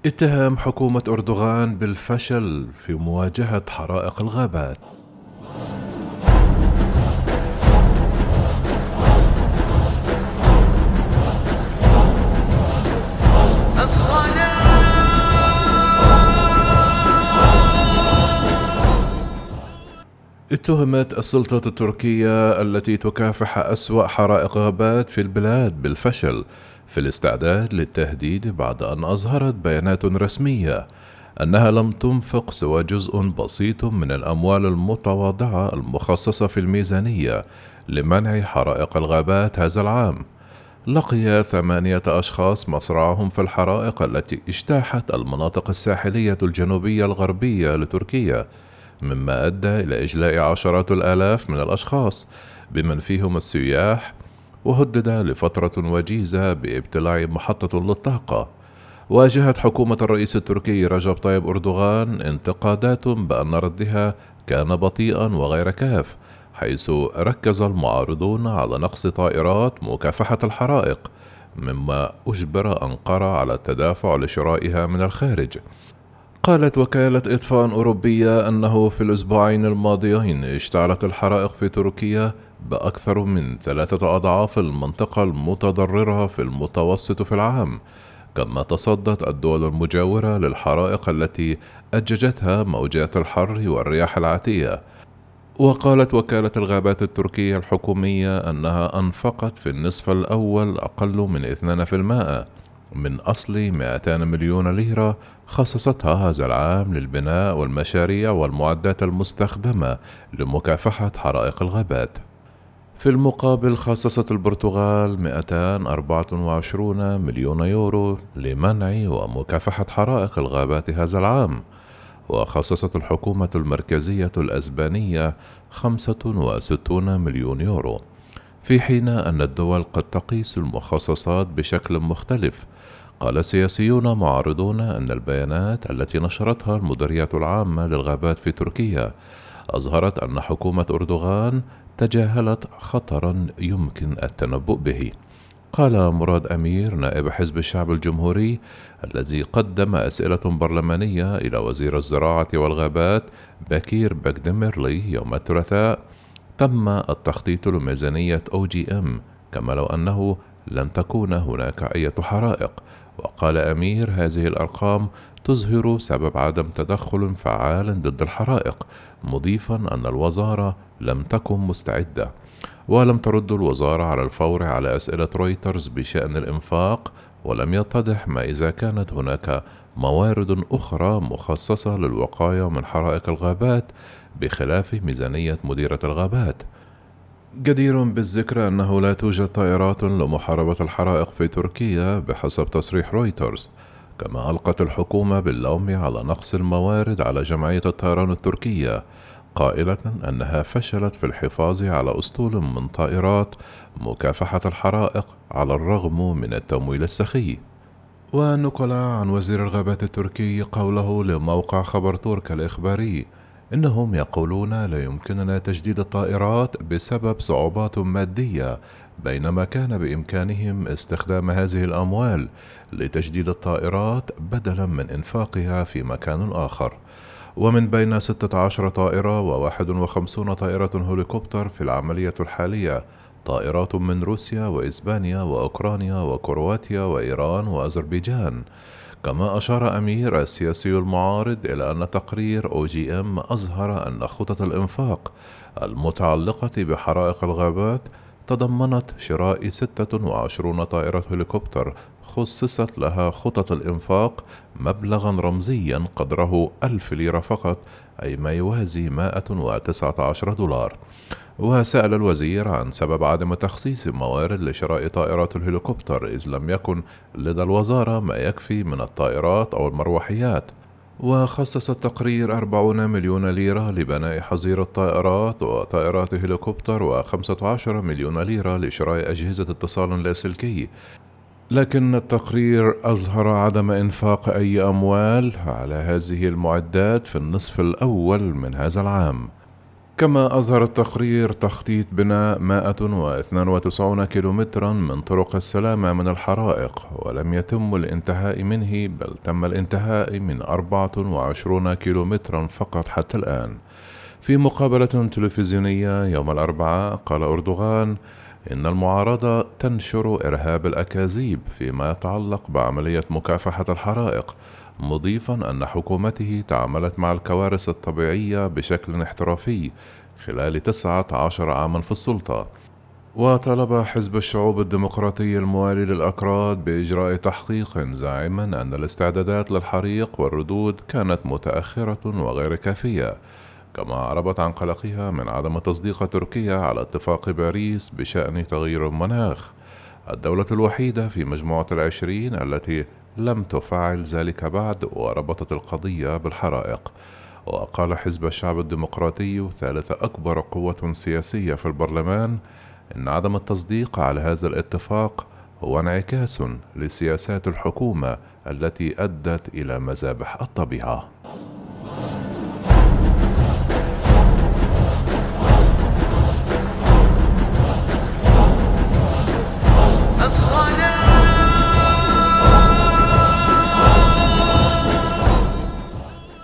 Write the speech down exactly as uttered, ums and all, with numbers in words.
اتهام حكومة أردوغان بالفشل في مواجهة حرائق الغابات. اتهمت السلطة التركية التي تكافح أسوأ حرائق غابات في البلاد بالفشل في الاستعداد للتهديد بعد أن أظهرت بيانات رسمية أنها لم تنفق سوى جزء بسيط من الأموال المتواضعة المخصصة في الميزانية لمنع حرائق الغابات هذا العام. لقي ثمانية أشخاص مصرعهم في الحرائق التي اجتاحت المناطق الساحلية الجنوبية الغربية لتركيا، مما أدى إلى إجلاء عشرات الآلاف من الأشخاص بمن فيهم السياح، وهدد لفترة وجيزة بابتلاع محطة للطاقة. واجهت حكومة الرئيس التركي رجب طيب أردوغان انتقادات بأن ردها كان بطيئا وغير كاف، حيث ركز المعارضون على نقص طائرات مكافحة الحرائق، مما أجبر أنقرة على التدافع لشرائها من الخارج. قالت وكالة إطفاء أوروبية أنه في الأسبوعين الماضيين اشتعلت الحرائق في تركيا بأكثر من ثلاثة أضعاف المنطقة المتضررة في المتوسط في العام، كما تصدت الدول المجاورة للحرائق التي أججتها موجات الحر والرياح العاتية. وقالت وكالة الغابات التركية الحكومية أنها أنفقت في النصف الأول أقل من اثنين بالمئة من أصل مئتين مليون ليرة خصصتها هذا العام للبناء والمشاريع والمعدات المستخدمة لمكافحة حرائق الغابات. في المقابل خصصت البرتغال مئتين وأربعة وعشرين مليون يورو لمنع ومكافحة حرائق الغابات هذا العام، وخصصت الحكومة المركزية الأسبانية خمسة وستين مليون يورو، في حين أن الدول قد تقيس المخصصات بشكل مختلف. قال سياسيون معارضون أن البيانات التي نشرتها المديرية العامة للغابات في تركيا أظهرت أن حكومة أردوغان تجاهلت خطرا يمكن التنبؤ به. قال مراد أمير نائب حزب الشعب الجمهوري الذي قدم أسئلة برلمانية إلى وزير الزراعة والغابات بكير بكديميرلي يوم الثلاثاء: تم التخطيط لميزانية أو جي إم كما لو أنه لن تكون هناك أي حرائق. وقال أمير: هذه الأرقام تظهر سبب عدم تدخل فعال ضد الحرائق، مضيفا أن الوزارة لم تكن مستعدة. ولم ترد الوزارة على الفور على أسئلة رويترز بشأن الإنفاق، ولم يتضح ما إذا كانت هناك موارد أخرى مخصصة للوقاية من حرائق الغابات بخلاف ميزانية مديرية الغابات. جدير بالذكر أنه لا توجد طائرات لمحاربة الحرائق في تركيا بحسب تصريح رويترز، كما ألقت الحكومة باللوم على نقص الموارد على جمعية الطيران التركية، قائلة أنها فشلت في الحفاظ على أسطول من طائرات مكافحة الحرائق على الرغم من التمويل السخي. ونقل عن وزير الغابات التركي قوله لموقع خبر ترك الإخباري: إنهم يقولون لا يمكننا تجديد الطائرات بسبب صعوبات مادية، بينما كان بإمكانهم استخدام هذه الأموال لتجديد الطائرات بدلا من إنفاقها في مكان آخر. ومن بين ستة عشر طائرة وواحد وخمسون طائرة هليكوبتر في العملية الحالية طائرات من روسيا وإسبانيا وأوكرانيا وكرواتيا وإيران وأذربيجان. كما أشار أمير السياسي المعارض إلى أن تقرير أو جي إم أظهر أن خطط الإنفاق المتعلقة بحرائق الغابات تضمنت شراء ستة وعشرين طائرة هليكوبتر خصصت لها خطط الإنفاق مبلغا رمزيا قدره ألف ليرة فقط، أي ما يوازي مائة وتسعة عشر دولار. وسأل الوزير عن سبب عدم تخصيص موارد لشراء طائرات الهليكوبتر، إذ لم يكن لدى الوزارة ما يكفي من الطائرات أو المروحيات. وخصص التقرير أربعين مليون ليرة لبناء حظيرة طائرات وطائرات هليكوبتر، وخمسة عشر مليون ليرة لشراء أجهزة اتصال لاسلكي. لكن التقرير أظهر عدم إنفاق أي أموال على هذه المعدات في النصف الأول من هذا العام. كما أظهر التقرير تخطيط بناء مائة واثنين وتسعين كيلومترا من طرق السلامة من الحرائق، ولم يتم الانتهاء منه، بل تم الانتهاء من أربعة وعشرين كيلومترا فقط حتى الآن. في مقابلة تلفزيونية يوم الأربعاء قال أردوغان إن المعارضة تنشر إرهاب الأكاذيب فيما يتعلق بعملية مكافحة الحرائق، مضيفا أن حكومته تعاملت مع الكوارث الطبيعية بشكل احترافي خلال تسعة عشر عاما في السلطة. وطلب حزب الشعوب الديمقراطي الموالي للأكراد بإجراء تحقيق، زاعما أن الاستعدادات للحريق والردود كانت متأخرة وغير كافية، كما أعربت عن قلقها من عدم تصديق تركيا على اتفاق باريس بشأن تغيير المناخ، الدولة الوحيدة في مجموعة العشرين التي لم تفعل ذلك بعد، وربطت القضية بالحرائق. وقال حزب الشعب الديمقراطي ثالث أكبر قوة سياسية في البرلمان إن عدم التصديق على هذا الاتفاق هو انعكاس لسياسات الحكومة التي أدت إلى مذابح الطبيعة.